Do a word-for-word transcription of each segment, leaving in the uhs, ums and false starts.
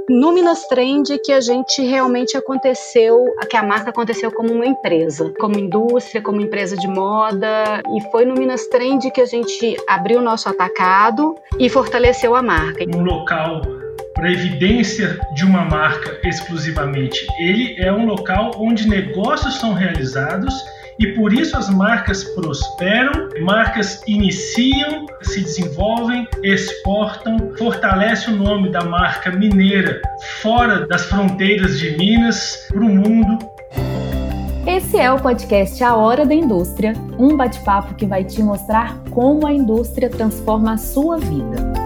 no Minas Trend que a gente realmente aconteceu, que a marca aconteceu como uma empresa, como indústria, como empresa de moda, e foi no Minas Trend que a gente abriu o nosso atacado e fortaleceu a marca. Um local para evidência de uma marca exclusivamente. Ele é um local onde negócios são realizados e por isso as marcas prosperam, marcas iniciam, se desenvolvem, exportam, fortalece o nome da marca mineira fora das fronteiras de Minas para o mundo. Esse é o podcast A Hora da Indústria, um bate-papo que vai te mostrar como a indústria transforma a sua vida.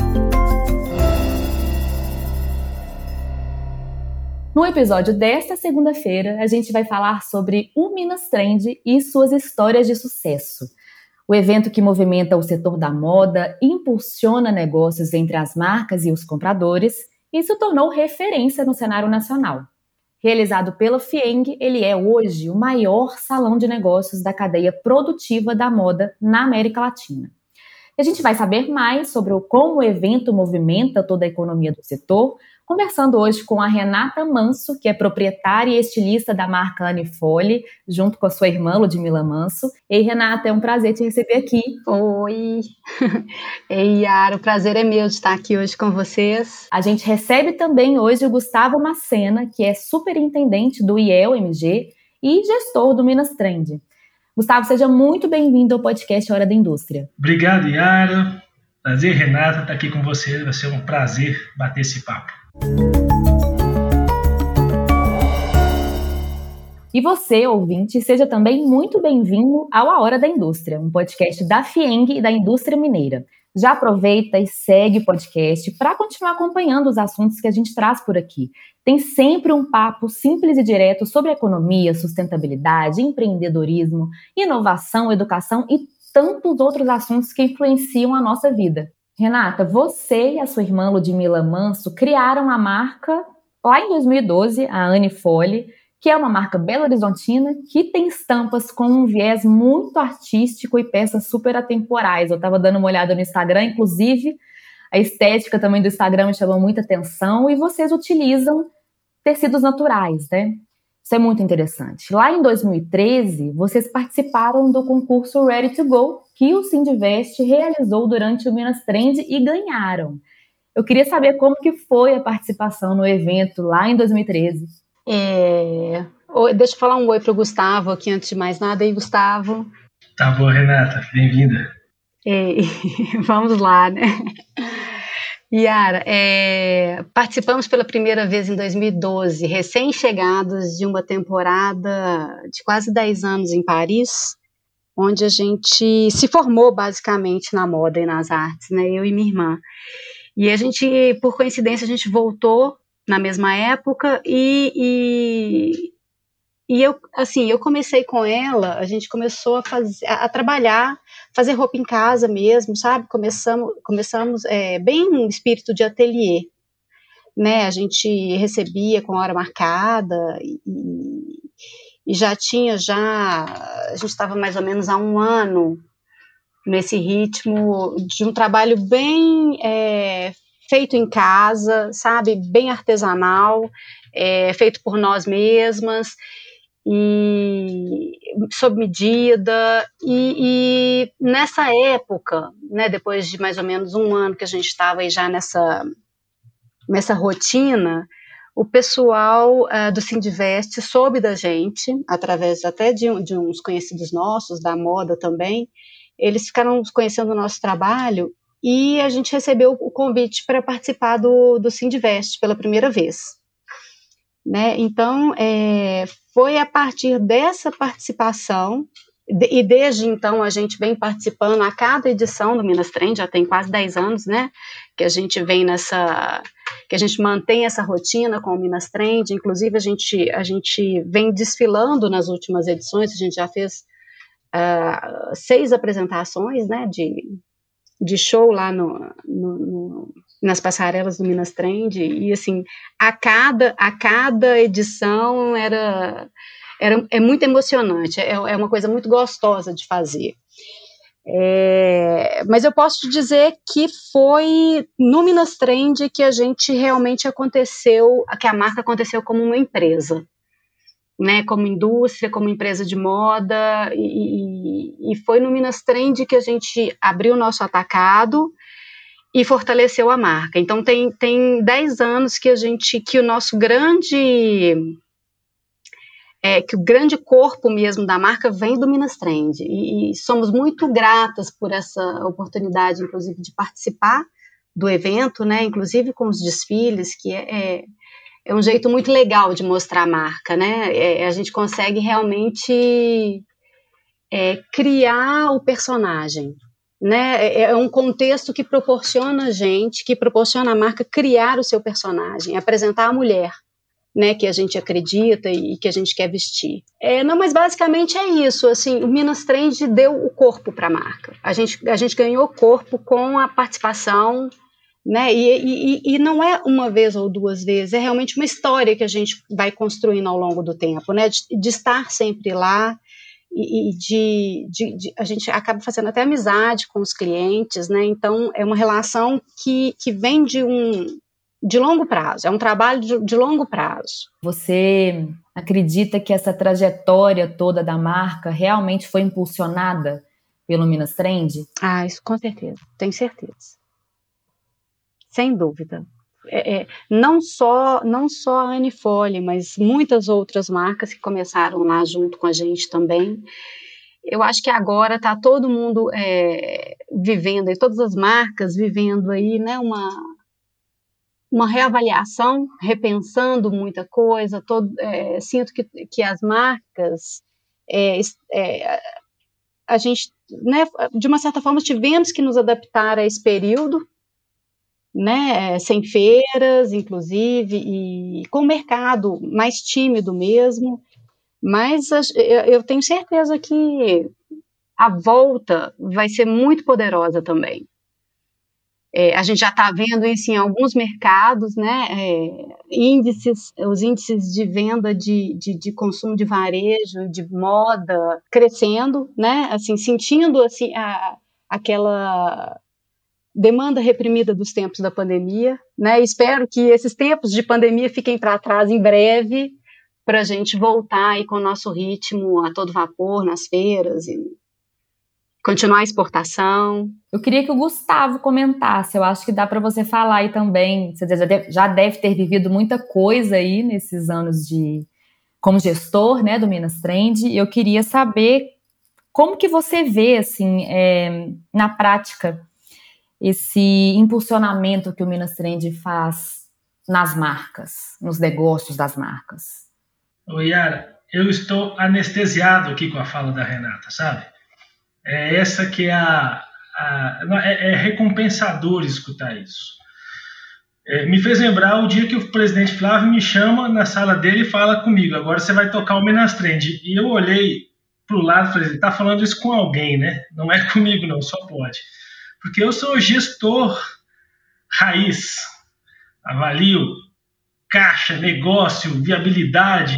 No episódio desta segunda-feira, a gente vai falar sobre o Minas Trend e suas histórias de sucesso. O evento que movimenta o setor da moda, impulsiona negócios entre as marcas e os compradores e se tornou referência no cenário nacional. Realizado pela Fieng, ele é hoje o maior salão de negócios da cadeia produtiva da moda na América Latina. E a gente vai saber mais sobre como o evento movimenta toda a economia do setor, conversando hoje com a Renata Manso, que é proprietária e estilista da marca Anne Fole, junto com a sua irmã Ludmila Manso. Ei, Renata, é um prazer te receber aqui. Oi! Ei, Yara, o prazer é meu de estar aqui hoje com vocês. A gente recebe também hoje o Gustavo Macena, que é superintendente do I E L M G e gestor do Minas Trend. Gustavo, seja muito bem-vindo ao podcast Hora da Indústria. Obrigado, Yara. Prazer, Renata, estar aqui com você. Vai ser um prazer bater esse papo. E você, ouvinte, seja também muito bem-vindo ao A Hora da Indústria, um podcast da Fieng e da indústria mineira. Já aproveita e segue o podcast para continuar acompanhando os assuntos que a gente traz por aqui. Tem sempre um papo simples e direto sobre economia, sustentabilidade, empreendedorismo, inovação, educação e tantos outros assuntos que influenciam a nossa vida. Renata, você e a sua irmã Ludmila Manso criaram a marca lá em dois mil e doze, a Anne Fole, que é uma marca belo-horizontina que tem estampas com um viés muito artístico e peças super atemporais. Eu estava dando uma olhada no Instagram, inclusive a estética também do Instagram me chamou muita atenção e vocês utilizam tecidos naturais, né? Isso é muito interessante. Lá em dois mil e treze, vocês participaram do concurso Ready to Go, que o Sindivest realizou durante o Minas Trend e ganharam. Eu queria saber como que foi a participação no evento lá em dois mil e treze. É... Deixa eu falar um oi para o Gustavo aqui antes de mais nada. E aí, Gustavo? Tá bom, Renata. Bem-vinda. É... Vamos lá, né? Yara, é, participamos pela primeira vez em dois mil e doze, recém-chegados de uma temporada de quase dez anos em Paris, onde a gente se formou basicamente na moda e nas artes, né, eu e minha irmã. E a gente, por coincidência, a gente voltou na mesma época e, e, e eu, assim, eu comecei com ela, a gente começou a, fazer, a, a trabalhar, fazer roupa em casa mesmo, sabe? Começamos, começamos é, bem um espírito de ateliê, né? A gente recebia com hora marcada e, e já tinha já, a gente estava mais ou menos há um ano nesse ritmo de um trabalho bem é, feito em casa, sabe? Bem artesanal, é, feito por nós mesmas, e sob medida, e, e nessa época, né, depois de mais ou menos um ano que a gente estava aí já nessa, nessa rotina, o pessoal uh, do Sindivest soube da gente, através até de, de uns conhecidos nossos, da moda também, eles ficaram conhecendo o nosso trabalho e a gente recebeu o convite para participar do, do Sindivest pela primeira vez. Né? Então, é, foi a partir dessa participação, de, e desde então a gente vem participando a cada edição do Minas Trend, já tem quase dez anos, né, que a gente vem nessa, que a gente mantém essa rotina com o Minas Trend, inclusive a gente, a gente vem desfilando nas últimas edições, a gente já fez uh, seis apresentações, né, de, de show lá no, no, no nas passarelas do Minas Trend, e assim, a cada, a cada edição era, era, é muito emocionante, é, é uma coisa muito gostosa de fazer. É, mas eu posso te dizer que foi no Minas Trend que a gente realmente aconteceu, que a marca aconteceu como uma empresa, né, como indústria, como empresa de moda, e, e foi no Minas Trend que a gente abriu o nosso atacado e fortaleceu a marca. Então tem, tem dez anos que a gente, que o nosso grande... É, que o grande corpo mesmo da marca vem do Minas Trend, e, e somos muito gratas por essa oportunidade, inclusive, de participar do evento, né, inclusive com os desfiles, que é, é, é um jeito muito legal de mostrar a marca, né, é, a gente consegue realmente é, criar o personagem, né, é, é um contexto que proporciona a gente, que proporciona a marca criar o seu personagem, apresentar a mulher, né, que a gente acredita e que a gente quer vestir. É, não, mas basicamente é isso, assim, o Minas Trend deu o corpo para a marca. A gente, a gente ganhou corpo com a participação, né, e, e, e não é uma vez ou duas vezes, é realmente uma história que a gente vai construindo ao longo do tempo, né, de, de estar sempre lá e, e de, de, de... A gente acaba fazendo até amizade com os clientes, né, então é uma relação que, que vem de um... de longo prazo, é um trabalho de, de longo prazo. Você acredita que essa trajetória toda da marca realmente foi impulsionada pelo Minas Trend? Ah, isso com certeza, tenho certeza. Sem dúvida. É, é, não só, não só a Anne Foley, mas muitas outras marcas que começaram lá junto com a gente também. Eu acho que agora está todo mundo é, vivendo, e todas as marcas vivendo aí, né, uma... uma reavaliação, repensando muita coisa, todo, é, sinto que, que as marcas, é, é, a gente, né, de uma certa forma, tivemos que nos adaptar a esse período, né, sem feiras, inclusive, e com o mercado mais tímido mesmo, mas eu tenho certeza que a volta vai ser muito poderosa também. É, a gente já está vendo isso em alguns mercados, né, é, índices, os índices de venda de, de, de consumo de varejo, de moda, crescendo, né, assim, sentindo assim, a, aquela demanda reprimida dos tempos da pandemia, né, espero que esses tempos de pandemia fiquem para trás em breve, para a gente voltar aí com o nosso ritmo a todo vapor nas feiras e continuar a exportação. Eu queria que o Gustavo comentasse, eu acho que dá para você falar aí também, você já deve, já deve ter vivido muita coisa aí nesses anos de, como gestor, né, do Minas Trend, e eu queria saber como que você vê, assim, é, na prática, esse impulsionamento que o Minas Trend faz nas marcas, nos negócios das marcas. Oi, Yara, eu estou anestesiado aqui com a fala da Renata, sabe? É essa que é a... a é, é recompensador escutar isso. É, me fez lembrar o dia que o presidente Flávio me chama na sala dele e fala comigo, agora você vai tocar o Minas Trend. E eu olhei para o lado e falei, ele está falando isso com alguém, né? Não é comigo não, só pode. Porque eu sou gestor raiz, avalio caixa, negócio, viabilidade.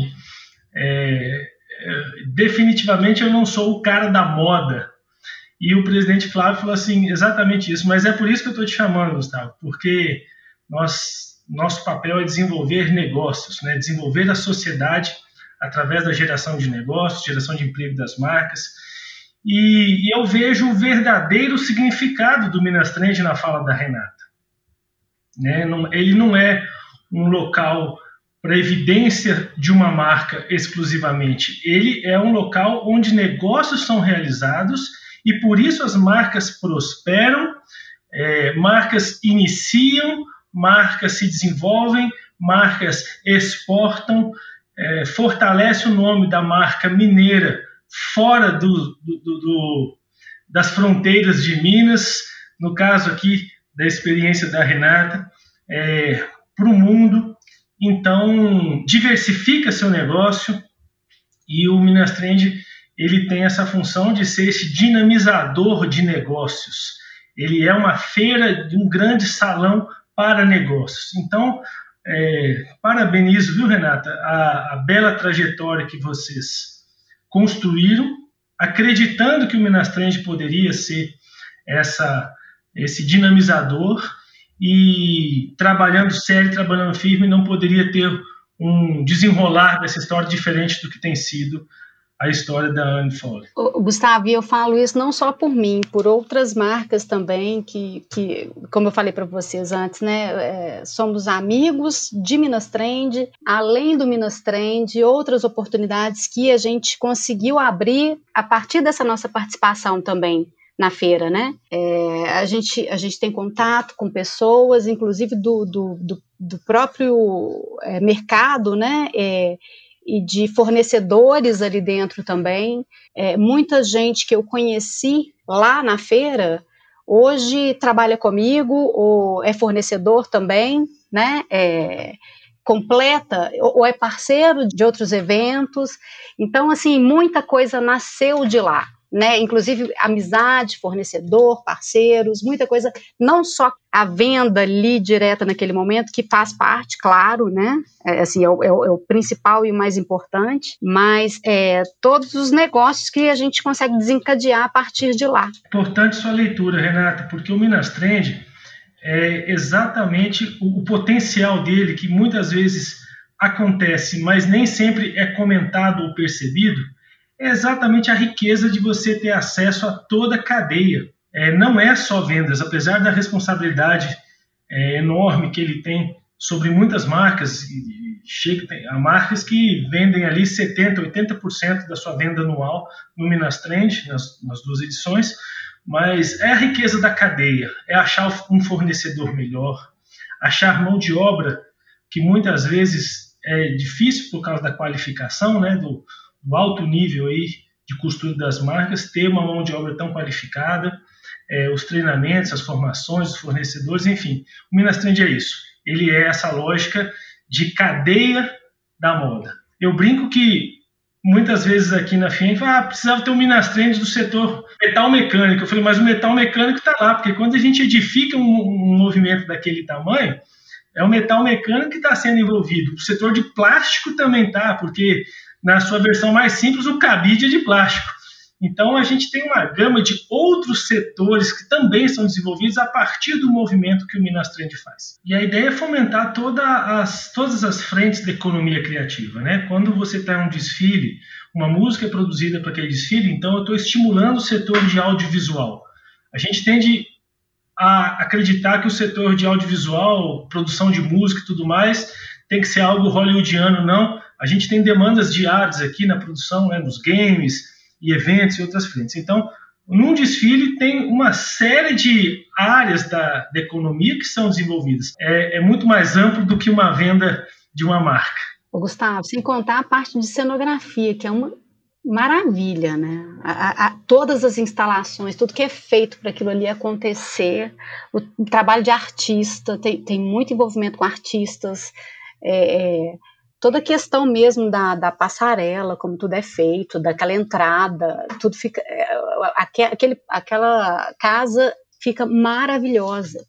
É, é, definitivamente eu não sou o cara da moda. E o presidente Flávio falou assim, exatamente isso, mas é por isso que eu estou te chamando, Gustavo, porque nós, nosso papel é desenvolver negócios, né? Desenvolver a sociedade através da geração de negócios, geração de emprego das marcas. E, e eu vejo o verdadeiro significado do Minas Trend na fala da Renata. Né? Não, ele não é um local para evidência de uma marca exclusivamente. Ele é um local onde negócios são realizados e por isso as marcas prosperam, é, marcas iniciam, marcas se desenvolvem, marcas exportam, é, fortalece o nome da marca mineira fora do, do, do, do, das fronteiras de Minas, no caso aqui da experiência da Renata, é, para o mundo. Então, diversifica seu negócio e o Minas Trend ele tem essa função de ser esse dinamizador de negócios. Ele é uma feira de um grande salão para negócios. Então, é, parabenizo, viu, Renata, a, a bela trajetória que vocês construíram, acreditando que o Minas Trend poderia ser essa, esse dinamizador e trabalhando sério, trabalhando firme, não poderia ter um desenrolar dessa história diferente do que tem sido a história da Anne Foley. Gustavo, e eu falo isso não só por mim, por outras marcas também, que, que como eu falei para vocês antes, né, é, somos amigos de Minas Trend, além do Minas Trend, outras oportunidades que a gente conseguiu abrir a partir dessa nossa participação também na feira, né? É, a, gente, a gente tem contato com pessoas, inclusive do, do, do, do próprio é, mercado, né? É, e de fornecedores ali dentro também. É, muita gente que eu conheci lá na feira, hoje trabalha comigo, ou é fornecedor também, né? É, completa, ou é parceiro de outros eventos. Então, assim, muita coisa nasceu de lá, né? Inclusive amizade, fornecedor, parceiros, muita coisa, não só a venda ali direta naquele momento, que faz parte, claro, né? É, assim, é o, é, o, é o principal e o mais importante, mas é, todos os negócios que a gente consegue desencadear a partir de lá. Importante sua leitura, Renata, porque o Minas Trend é exatamente o, o potencial dele, que muitas vezes acontece, mas nem sempre é comentado ou percebido, é exatamente a riqueza de você ter acesso a toda a cadeia. É, não é só vendas, apesar da responsabilidade é, enorme que ele tem sobre muitas marcas, e chega, há marcas que vendem ali setenta por cento, oitenta por cento da sua venda anual no Minas Trend, nas, nas duas edições, mas é a riqueza da cadeia, é achar um fornecedor melhor, achar mão de obra, que muitas vezes é difícil por causa da qualificação, né, do, do alto nível aí de costura das marcas, ter uma mão de obra tão qualificada, é, os treinamentos, as formações, os fornecedores, enfim. O Minas Trend é isso. Ele é essa lógica de cadeia da moda. Eu brinco que muitas vezes aqui na F I E N G, ah, precisava ter um Minas Trend do setor metal mecânico. Eu falei, mas o metal mecânico está lá, porque quando a gente edifica um, um movimento daquele tamanho, é o metal mecânico que está sendo envolvido. O setor de plástico também está, porque na sua versão mais simples, o cabide é de plástico. Então, a gente tem uma gama de outros setores que também são desenvolvidos a partir do movimento que o Minas Trend faz. E a ideia é fomentar toda as, todas as frentes da economia criativa, né? Quando você está em um desfile, uma música é produzida para aquele desfile, então eu estou estimulando o setor de audiovisual. A gente tende a acreditar que o setor de audiovisual, produção de música e tudo mais, tem que ser algo hollywoodiano, não. A gente tem demandas diárias aqui na produção, né, nos games e eventos e outras frentes. Então, num desfile tem uma série de áreas da, da economia que são desenvolvidas. É, é muito mais amplo do que uma venda de uma marca. Ô, Gustavo, sem contar a parte de cenografia, que é uma maravilha, né? A, a, todas as instalações, tudo que é feito para aquilo ali acontecer, o, o trabalho de artista, tem, tem muito envolvimento com artistas, é, é, toda a questão mesmo da, da passarela, como tudo é feito, daquela entrada, tudo fica, é, aquele, aquela casa fica maravilhosa.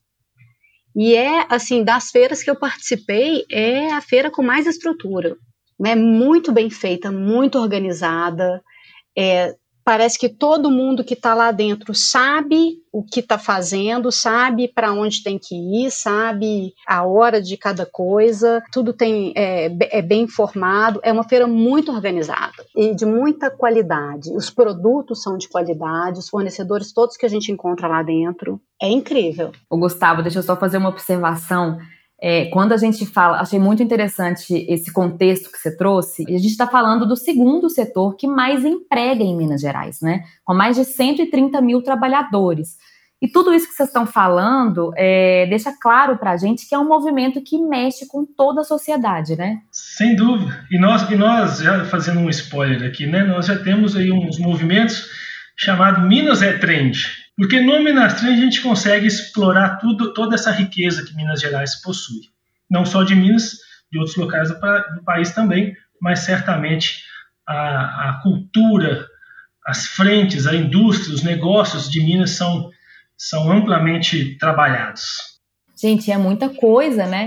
E é, assim, das feiras que eu participei, é a feira com mais estrutura, né? Muito bem feita, muito organizada, é, parece que todo mundo que está lá dentro sabe o que está fazendo, sabe para onde tem que ir, sabe a hora de cada coisa, tudo tem, é, é bem informado, é uma feira muito organizada e de muita qualidade. Os produtos são de qualidade, os fornecedores todos que a gente encontra lá dentro, é incrível. Ô, Gustavo, deixa eu só fazer uma observação. É, quando a gente fala, achei muito interessante esse contexto que você trouxe, e a gente está falando do segundo setor que mais emprega em Minas Gerais, né? Com mais de cento e trinta mil trabalhadores. E tudo isso que vocês estão falando é, deixa claro para a gente que é um movimento que mexe com toda a sociedade, né? Sem dúvida. E nós, e nós já fazendo um spoiler aqui, né? Nós já temos aí uns movimentos chamados Minas é Trend. Porque no Minas Trend a gente consegue explorar tudo, toda essa riqueza que Minas Gerais possui. Não só de Minas, de outros locais do, do país também, mas certamente a, a cultura, as frentes, a indústria, os negócios de Minas são, são amplamente trabalhados. Gente, é muita coisa, né?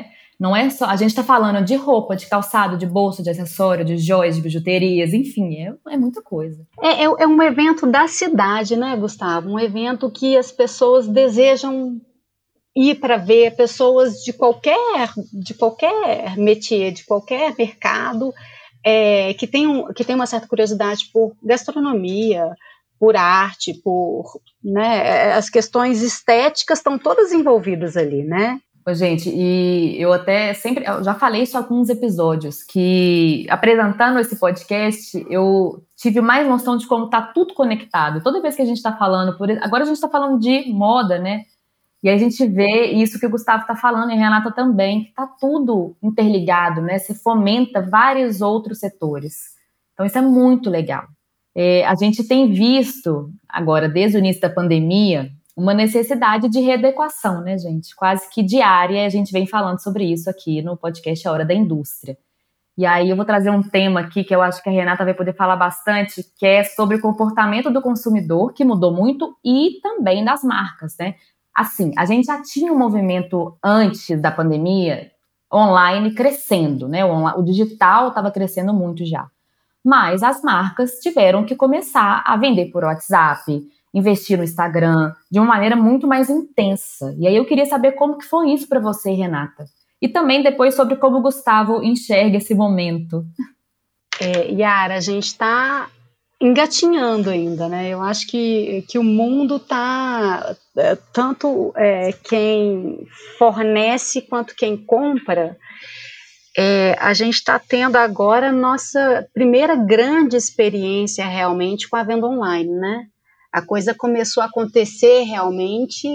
Não é só... A gente está falando de roupa, de calçado, de bolsa, de acessório, de joias, de bijuterias, enfim, é, é muita coisa. É, é, é um evento da cidade, né, Gustavo? Um evento que as pessoas desejam ir para ver, pessoas de qualquer, de qualquer métier, de qualquer mercado, é, que, tem um, que tem uma certa curiosidade por gastronomia, por arte, por, né, as questões estéticas estão todas envolvidas ali, né? Gente, e eu até sempre, eu já falei isso em alguns episódios, que apresentando esse podcast, eu tive mais noção de como está tudo conectado. Toda vez que a gente está falando, por agora a gente está falando de moda, né? E aí a gente vê isso que o Gustavo está falando e a Renata também, que está tudo interligado, né? Se fomenta vários outros setores. Então isso é muito legal. É, a gente tem visto agora, desde o início da pandemia, uma necessidade de readequação, né, gente? Quase que diária, a gente vem falando sobre isso aqui no podcast A Hora da Indústria. E aí eu vou trazer um tema aqui que eu acho que a Renata vai poder falar bastante, que é sobre o comportamento do consumidor, que mudou muito, e também das marcas, né? Assim, a gente já tinha um movimento antes da pandemia online crescendo, né? O, o digital estava crescendo muito já. Mas as marcas tiveram que começar a vender por WhatsApp, investir no Instagram de uma maneira muito mais intensa. E aí eu queria saber como que foi isso para você, Renata. E também depois sobre como o Gustavo enxerga esse momento. É, Yara, a gente está engatinhando ainda, né? Eu acho que, que o mundo está, é, tanto é, quem fornece quanto quem compra, é, a gente está tendo agora a nossa primeira grande experiência realmente com a venda online, né? A coisa começou a acontecer realmente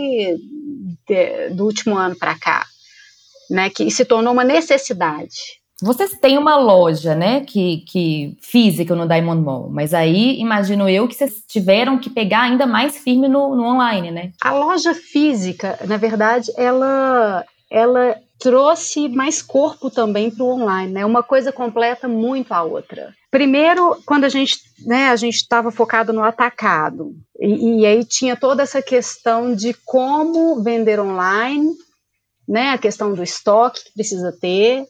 de, do último ano para cá, né? Que se tornou uma necessidade. Vocês têm uma loja, né, que, que física no Diamond Mall, mas aí imagino eu que vocês tiveram que pegar ainda mais firme no, no online, né? A loja física, na verdade, ela, ela trouxe mais corpo também para o online, né? Uma coisa completa muito a outra. Primeiro, quando a gente, né, a gente estava focado no atacado, e, e aí tinha toda essa questão de como vender online, né, a questão do estoque que precisa ter,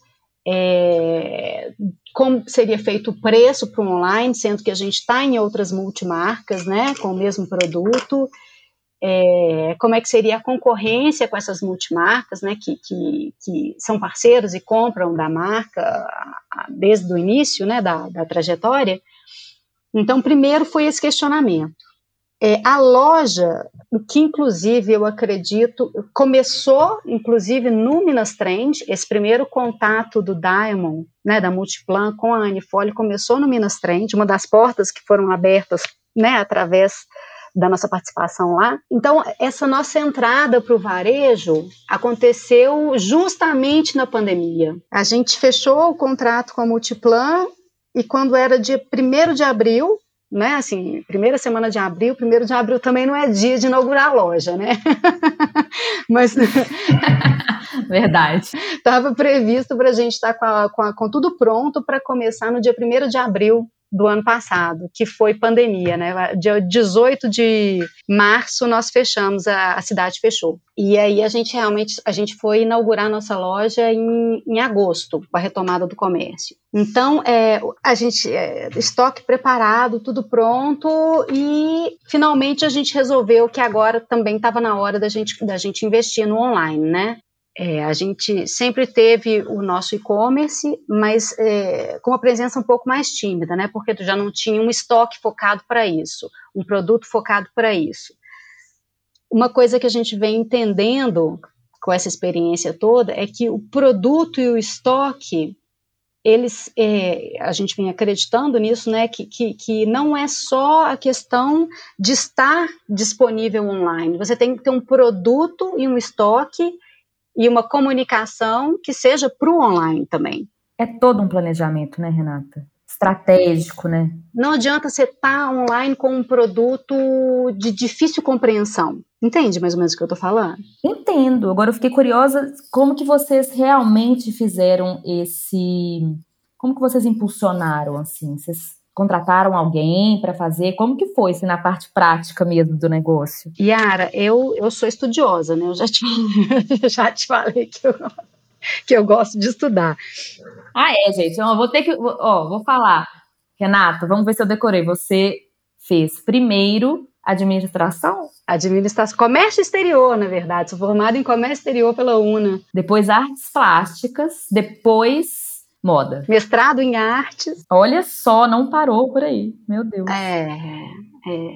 é, como seria feito o preço para o online, sendo que a gente está em outras multimarcas, né, com o mesmo produto, é, como é que seria a concorrência com essas multimarcas, né, que, que, que são parceiros e compram da marca desde o início, né, da, da trajetória. Então, primeiro foi esse questionamento. É, a loja, que inclusive eu acredito, começou inclusive no Minas Trend, esse primeiro contato do Diamond, né, da Multiplan com a Anifolio, começou no Minas Trend, uma das portas que foram abertas, né, através da nossa participação lá. Então, essa nossa entrada para o varejo aconteceu justamente na pandemia. A gente fechou o contrato com a Multiplan e quando era dia primeiro de abril, né, assim, primeira semana de abril, primeiro de abril também não é dia de inaugurar a loja, né? Mas verdade. Estava previsto para a gente estar com, a, com, a, com tudo pronto para começar no dia primeiro de abril do ano passado, que foi pandemia, né? Dia dezoito de março nós fechamos, a, a cidade fechou. E aí a gente realmente, a gente foi inaugurar a nossa loja em, em agosto, com a retomada do comércio. Então, é, a gente, é, estoque preparado, tudo pronto, e finalmente a gente resolveu que agora também estava na hora da gente, da gente investir no online, né? É, a gente sempre teve o nosso e-commerce, mas é, com uma presença um pouco mais tímida, né? Porque tu já não tinha um estoque focado para isso, um produto focado para isso. Uma coisa que a gente vem entendendo com essa experiência toda é que o produto e o estoque, eles, é, a gente vem acreditando nisso, né? Que, que, que não é só a questão de estar disponível online. Você tem que ter um produto e um estoque e uma comunicação que seja para o online também. É todo um planejamento, né, Renata? Estratégico, né? Não adianta você estar online com um produto de difícil compreensão. Entende mais ou menos o que eu estou falando? Entendo. Agora eu fiquei curiosa como que vocês realmente fizeram esse... Como que vocês impulsionaram, assim? Vocês contrataram alguém para fazer? Como que foi, assim, na parte prática mesmo do negócio? Yara, eu, eu sou estudiosa, né? Eu já te, já te falei que eu, que eu gosto de estudar. Ah, é, gente. Eu vou ter que... Ó, vou falar. Renata, vamos ver se eu decorei. Você fez primeiro administração? Administração, comércio exterior, na verdade. Sou formada em comércio exterior pela U N A. Depois artes plásticas, depois moda. Mestrado em artes. Olha só, não parou por aí. Meu Deus. É, é.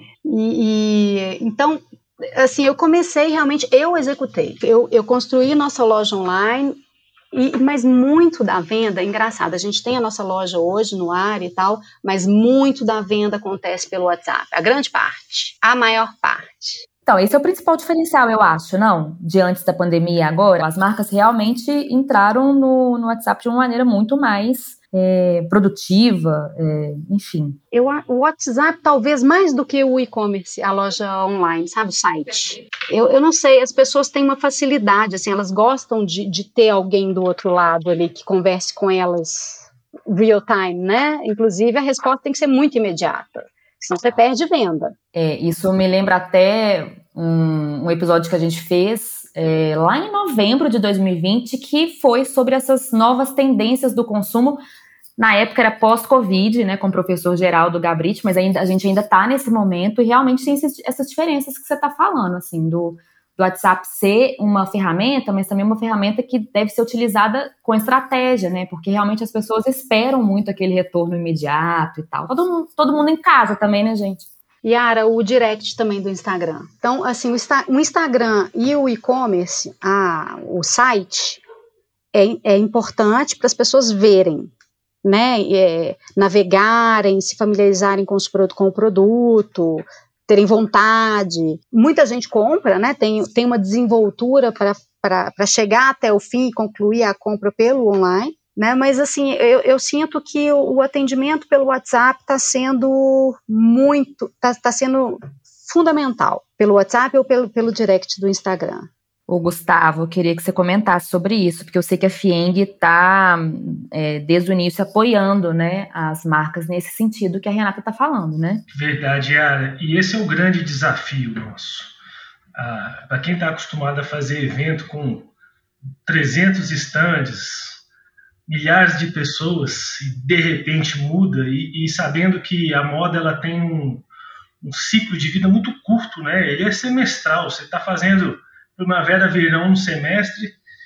E, e então, assim, eu comecei realmente, eu executei. Eu, eu construí nossa loja online. E, mas muito da venda, é engraçado, a gente tem a nossa loja hoje no ar e tal, mas muito da venda acontece pelo WhatsApp, a grande parte, a maior parte. Então, esse é o principal diferencial, eu acho, não? De antes da pandemia agora, as marcas realmente entraram no, no WhatsApp de uma maneira muito mais é, produtiva, é, enfim. Eu, o WhatsApp talvez mais do que o e-commerce, a loja online, sabe, o site. Eu, eu não sei, as pessoas têm uma facilidade, assim, elas gostam de, de ter alguém do outro lado ali que converse com elas real time, né? Inclusive, a resposta tem que ser muito imediata. Senão você perde venda. É, isso me lembra até um, um episódio que a gente fez é, lá em novembro de dois mil e vinte, que foi sobre essas novas tendências do consumo. Na época era pós-Covid, né, com o professor Geraldo Gabriti, mas ainda, a gente ainda está nesse momento e realmente tem esses, essas diferenças que você está falando, assim, do, do WhatsApp ser uma ferramenta, mas também uma ferramenta que deve ser utilizada com estratégia, né, porque realmente as pessoas esperam muito aquele retorno imediato e tal. Todo mundo, todo mundo em casa também, né, gente? Yara, o direct também do Instagram. Então, assim, o, Insta- o Instagram e o e-commerce, a, o site, é, é importante para as pessoas verem, né, é, navegarem, se familiarizarem com, os, com o produto, terem vontade. Muita gente compra, né, tem, tem uma desenvoltura para chegar até o fim e concluir a compra pelo online, né, mas assim, eu, eu sinto que o, o atendimento pelo WhatsApp está sendo muito, está tá sendo fundamental, pelo WhatsApp ou pelo, pelo direct do Instagram. Ô, Gustavo, eu queria que você comentasse sobre isso, porque eu sei que a Fieng está, é, desde o início, apoiando, né, as marcas nesse sentido que a Renata está falando, né? Verdade, Yara. E esse é o grande desafio nosso. Ah, para quem está acostumado a fazer evento com trezentos estandes, milhares de pessoas, e de repente muda, e, e sabendo que a moda ela tem um, um ciclo de vida muito curto, né? Ele é semestral, você está fazendo primavera, verão um semestre,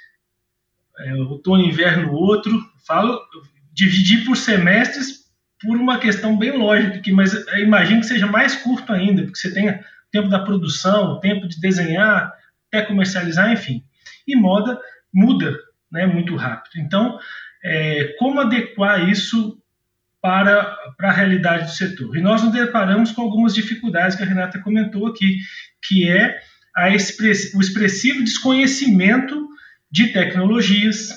é, outono e inverno outro. Falo, dividir por semestres por uma questão bem lógica, que, mas eu imagino que seja mais curto ainda, porque você tem o tempo da produção, o tempo de desenhar, até comercializar, enfim. E moda muda, né, muito rápido. Então, é, como adequar isso para, para a realidade do setor? E nós nos deparamos com algumas dificuldades que a Renata comentou aqui, que é a express, o expressivo desconhecimento de tecnologias,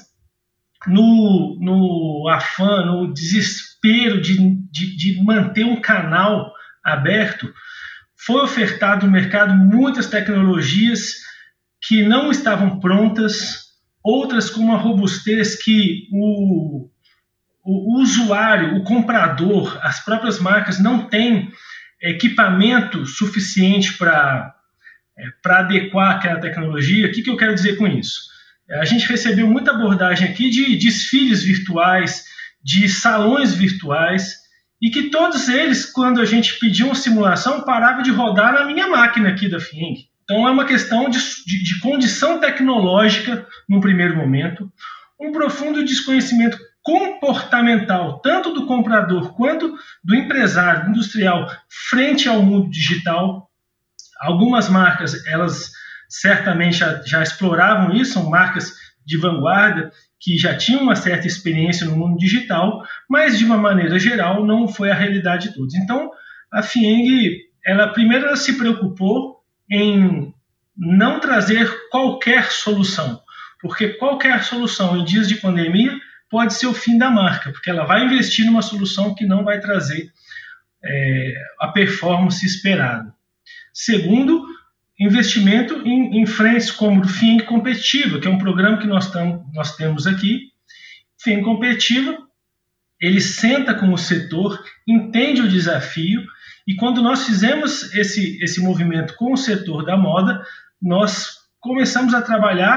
no, no afã, no desespero de, de, de manter um canal aberto, foi ofertado no mercado muitas tecnologias que não estavam prontas, outras com uma robustez que o, o, o usuário, o comprador, as próprias marcas não têm equipamento suficiente para para adequar aquela tecnologia. O que, que eu quero dizer com isso? A gente recebeu muita abordagem aqui de desfiles virtuais, de salões virtuais, e que todos eles, quando a gente pediu uma simulação, paravam de rodar na minha máquina aqui da Fieng. Então é uma questão de, de, de condição tecnológica no primeiro momento, um profundo desconhecimento comportamental, tanto do comprador quanto do empresário, do industrial, frente ao mundo digital. Algumas marcas, elas certamente já, já exploravam isso, são marcas de vanguarda que já tinham uma certa experiência no mundo digital, mas de uma maneira geral não foi a realidade de todos. Então, a Fieng, ela primeiro ela se preocupou em não trazer qualquer solução, porque qualquer solução em dias de pandemia pode ser o fim da marca, porque ela vai investir numa solução que não vai trazer é, a performance esperada. Segundo, investimento em, em frentes como o Fieng Competitiva, que é um programa que nós, tam, nós temos aqui. Fieng Competitiva, ele senta com o setor, entende o desafio, e quando nós fizemos esse, esse movimento com o setor da moda, nós começamos a trabalhar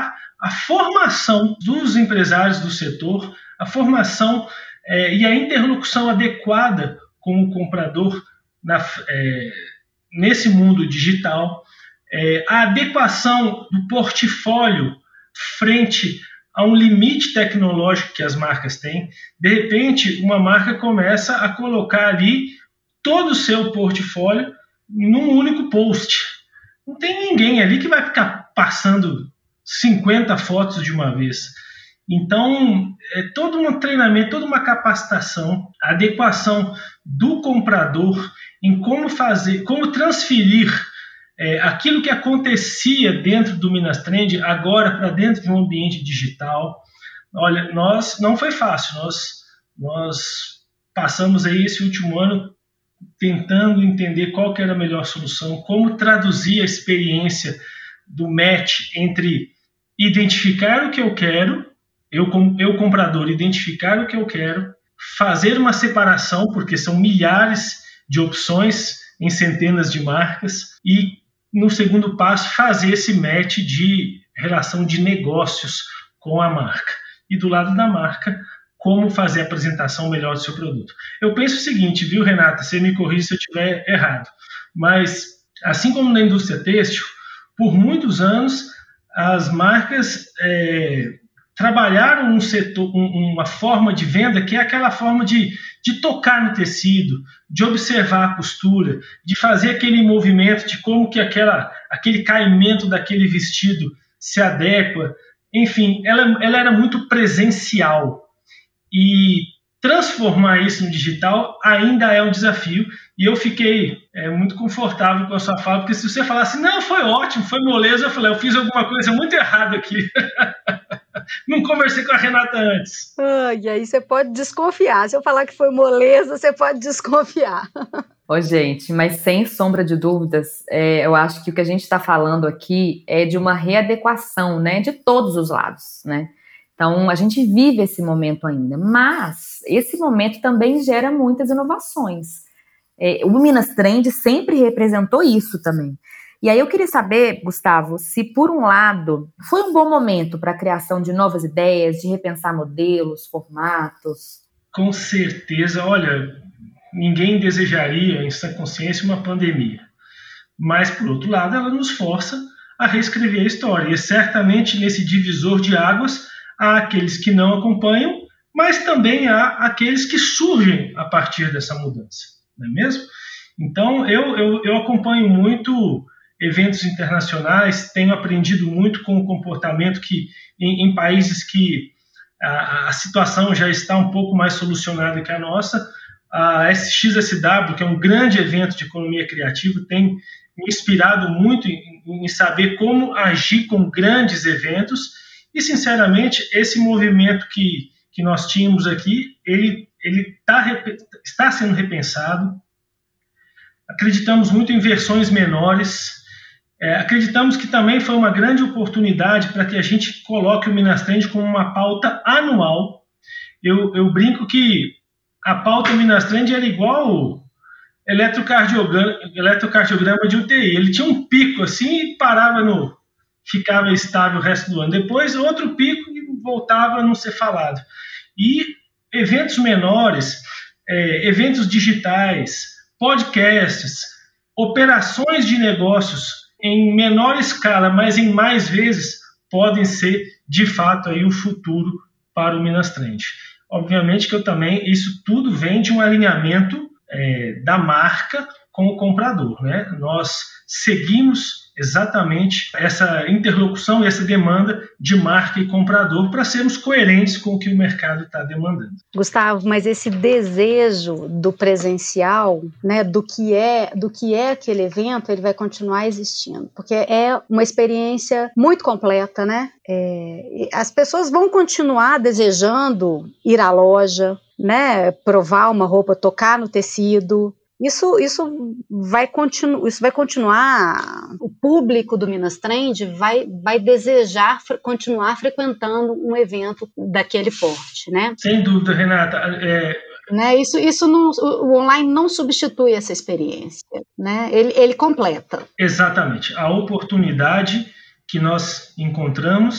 a formação dos empresários do setor, a formação é, e a interlocução adequada com o comprador na, é, nesse mundo digital, é, a adequação do portfólio frente a um limite tecnológico que as marcas têm. De repente, uma marca começa a colocar ali todo o seu portfólio num único post. Não tem ninguém ali que vai ficar passando cinquenta fotos de uma vez. Então, é todo um treinamento, toda uma capacitação, a adequação do comprador em como fazer, como transferir é, aquilo que acontecia dentro do Minas Trend agora para dentro de um ambiente digital. Olha, nós não foi fácil, nós, nós passamos aí esse último ano tentando entender qual que era a melhor solução, como traduzir a experiência do match entre identificar o que eu quero, eu, eu comprador, identificar o que eu quero, fazer uma separação, porque são milhares de opções em centenas de marcas, e no segundo passo fazer esse match de relação de negócios com a marca. E do lado da marca, como fazer a apresentação melhor do seu produto. Eu penso o seguinte, viu, Renata? Você me corrija se eu estiver errado, mas assim como na indústria têxtil, por muitos anos as marcas é, trabalharam um setor, um, uma forma de venda que é aquela forma de, de tocar no tecido, de observar a costura, de fazer aquele movimento de como que aquela, aquele caimento daquele vestido se adequa. Enfim, ela, ela era muito presencial. E transformar isso no digital ainda é um desafio. E eu fiquei é, muito confortável com a sua fala, porque se você falasse, não, foi ótimo, foi moleza, eu falei, eu fiz alguma coisa muito errada aqui. Não conversei com a Renata antes. Ah, e aí você pode desconfiar. Se eu falar que foi moleza, você pode desconfiar. Ô, gente, mas sem sombra de dúvidas, é, eu acho que o que a gente está falando aqui é de uma readequação, né, de todos os lados, né? Então, a gente vive esse momento ainda, mas esse momento também gera muitas inovações. É, o Minas Trend sempre representou isso também. E aí eu queria saber, Gustavo, se por um lado foi um bom momento para a criação de novas ideias, de repensar modelos, formatos. Com certeza, olha, ninguém desejaria em sã consciência uma pandemia. Mas, por outro lado, ela nos força a reescrever a história. E certamente nesse divisor de águas há aqueles que não acompanham, mas também há aqueles que surgem a partir dessa mudança, não é mesmo? Então, eu, eu, eu acompanho muito eventos internacionais, tenho aprendido muito com o comportamento que, em, em países que a, a situação já está um pouco mais solucionada que a nossa, a S X S W, que é um grande evento de economia criativa, tem me inspirado muito em, em saber como agir com grandes eventos. E, sinceramente, esse movimento que, que nós tínhamos aqui, ele, ele tá, está sendo repensado. Acreditamos muito em versões menores. É, acreditamos que também foi uma grande oportunidade para que a gente coloque o Minas Trend como uma pauta anual. Eu, eu brinco que a pauta Minas Trend era igual o eletrocardiograma, eletrocardiograma de U T I. Ele tinha um pico assim e parava no... ficava estável o resto do ano. Depois, outro pico e voltava a não ser falado. E eventos menores, é, eventos digitais, podcasts, operações de negócios em menor escala, mas em mais vezes, podem ser, de fato, aí, o futuro para o Minas Trend. Obviamente que eu também, isso tudo vem de um alinhamento é, da marca com o comprador, né? Nós seguimos exatamente essa interlocução e essa demanda de marca e comprador para sermos coerentes com o que o mercado está demandando. Gustavo, mas esse desejo do presencial, né, do que é, do que é aquele evento, ele vai continuar existindo, porque é uma experiência muito completa, né? É, as pessoas vão continuar desejando ir à loja, né, provar uma roupa, tocar no tecido. Isso, isso, vai continu, isso vai continuar, o público do Minas Trend vai, vai desejar fre, continuar frequentando um evento daquele porte, né? Sem dúvida, Renata. É... Né, isso, isso não, o online não substitui essa experiência, né? ele, ele completa. Exatamente. A oportunidade que nós encontramos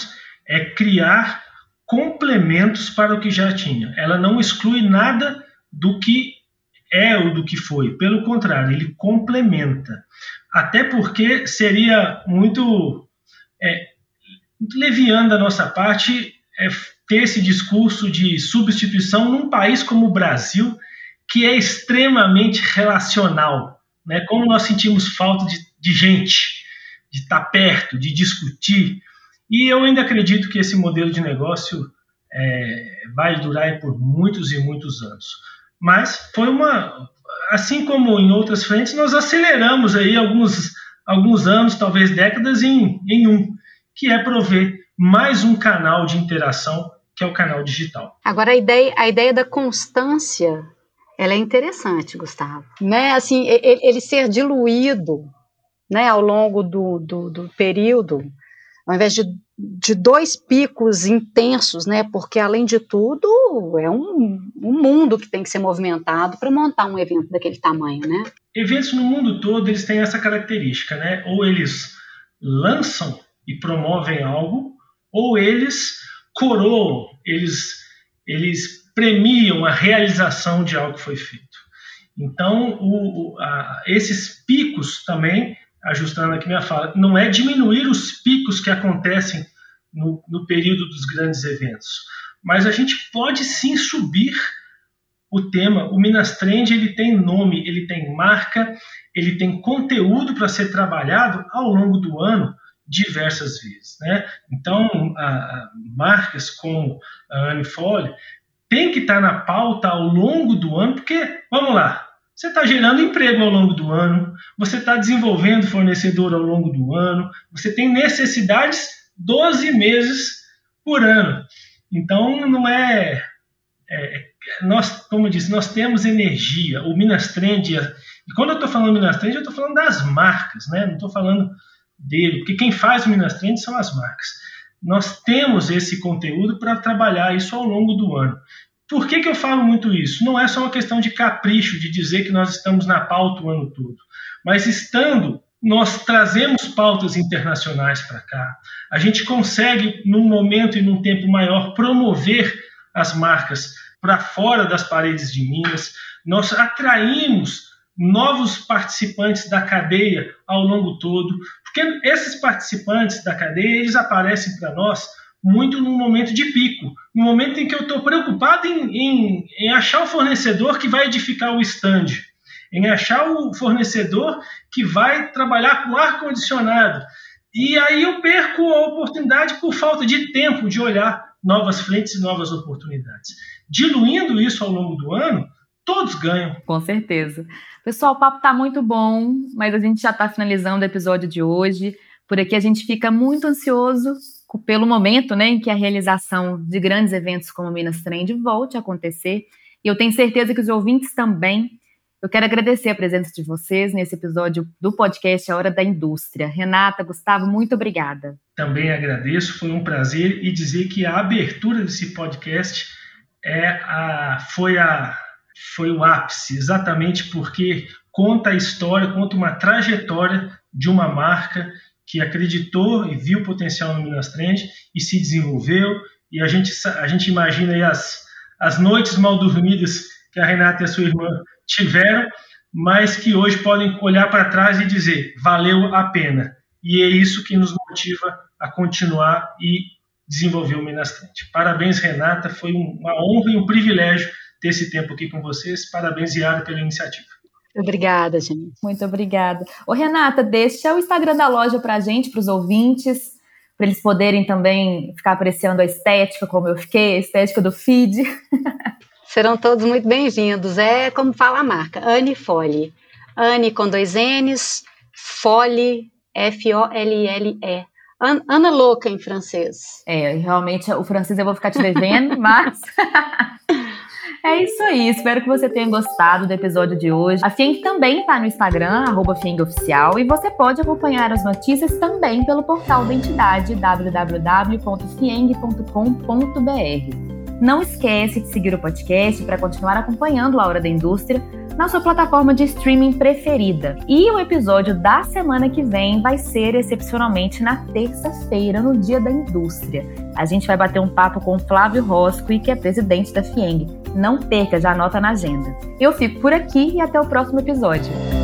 é criar complementos para o que já tinha. Ela não exclui nada do que é ou do que foi. Pelo contrário, ele complementa. Até porque seria muito, é, muito leviano da nossa parte é, ter esse discurso de substituição num país como o Brasil, que é extremamente relacional, né? Como nós sentimos falta de, de gente, de estar perto, de discutir. E eu ainda acredito que esse modelo de negócio é, vai durar por muitos e muitos anos. Mas foi uma... Assim como em outras frentes, nós aceleramos aí alguns, alguns anos, talvez décadas, em, em um, que é prover mais um canal de interação, que é o canal digital. Agora, a ideia, a ideia da constância, ela é interessante, Gustavo. Né? Assim, ele, ele ser diluído, né, ao longo do, do, do período, ao invés de, de dois picos intensos, né, porque, além de tudo, é um, um mundo que tem que ser movimentado para montar um evento daquele tamanho, né? Eventos no mundo todo, eles têm essa característica, né? Ou eles lançam e promovem algo, ou eles coroam, eles, eles premiam a realização de algo que foi feito. Então, o, o, a, esses picos também, ajustando aqui minha fala, não é diminuir os picos que acontecem no, no período dos grandes eventos, mas a gente pode sim subir o tema. O Minas Trend, ele tem nome, ele tem marca, ele tem conteúdo para ser trabalhado ao longo do ano diversas vezes, né? Então, a, a, marcas como a Anifole tem que estar na pauta ao longo do ano, porque, vamos lá, você está gerando emprego ao longo do ano, você está desenvolvendo fornecedor ao longo do ano, você tem necessidades doze meses por ano. Então, não é... é nós, como eu disse, nós temos energia. O Minas Trend, e quando eu estou falando Minas Trend, eu estou falando das marcas, né? Não estou falando dele, porque quem faz o Minas Trend são as marcas. Nós temos esse conteúdo para trabalhar isso ao longo do ano. Por que que eu falo muito isso? Não é só uma questão de capricho, de dizer que nós estamos na pauta o ano todo, mas estando, nós trazemos pautas internacionais para cá. A gente consegue, num momento e num tempo maior, promover as marcas para fora das paredes de Minas. Nós atraímos novos participantes da cadeia ao longo todo, porque esses participantes da cadeia, eles aparecem para nós muito num momento de pico, no momento em que eu estou preocupado em, em, em achar o fornecedor que vai edificar o stand, em achar o fornecedor que vai trabalhar com ar-condicionado. E aí eu perco a oportunidade por falta de tempo de olhar novas frentes e novas oportunidades. Diluindo isso ao longo do ano, todos ganham. Com certeza. Pessoal, o papo está muito bom, mas a gente já está finalizando o episódio de hoje. Por aqui a gente fica muito ansioso pelo momento, né, em que a realização de grandes eventos como o Minas Trend volte a acontecer. E eu tenho certeza que os ouvintes também. Eu quero agradecer a presença de vocês nesse episódio do podcast A Hora da Indústria. Renata, Gustavo, muito obrigada. Também agradeço, foi um prazer, e dizer que a abertura desse podcast é a, foi, a, foi o ápice, exatamente porque conta a história, conta uma trajetória de uma marca que acreditou e viu o potencial no Minas Trend e se desenvolveu, e a gente, a gente imagina aí as, as noites mal dormidas que a Renata e a sua irmã tiveram, mas que hoje podem olhar para trás e dizer, valeu a pena. E é isso que nos motiva a continuar e desenvolver o Minas Trend. Parabéns, Renata, foi uma honra e um privilégio ter esse tempo aqui com vocês. Parabéns, Yara, pela iniciativa. Obrigada, gente. Muito obrigada. Ô, Renata, deixa o Instagram da loja para a gente, para os ouvintes, para eles poderem também ficar apreciando a estética, como eu fiquei, a estética do feed. Serão todos muito bem-vindos. É como fala a marca, Anifole. Anne com dois N's, Fole, F O L L E. Ana Louca em francês. É, realmente o francês eu vou ficar te devendo, mas... É isso aí, espero que você tenha gostado do episódio de hoje. A Fieng também está no Instagram, arroba Fieng Oficial, e você pode acompanhar as notícias também pelo portal da entidade, w w w ponto fieng ponto com ponto b r. Não esquece de seguir o podcast para continuar acompanhando a Hora da Indústria na sua plataforma de streaming preferida. E o episódio da semana que vem vai ser excepcionalmente na terça-feira, no Dia da Indústria. A gente vai bater um papo com Flávio Roscoe, que é presidente da FIENG. Não perca, já anota na agenda. Eu fico por aqui e até o próximo episódio.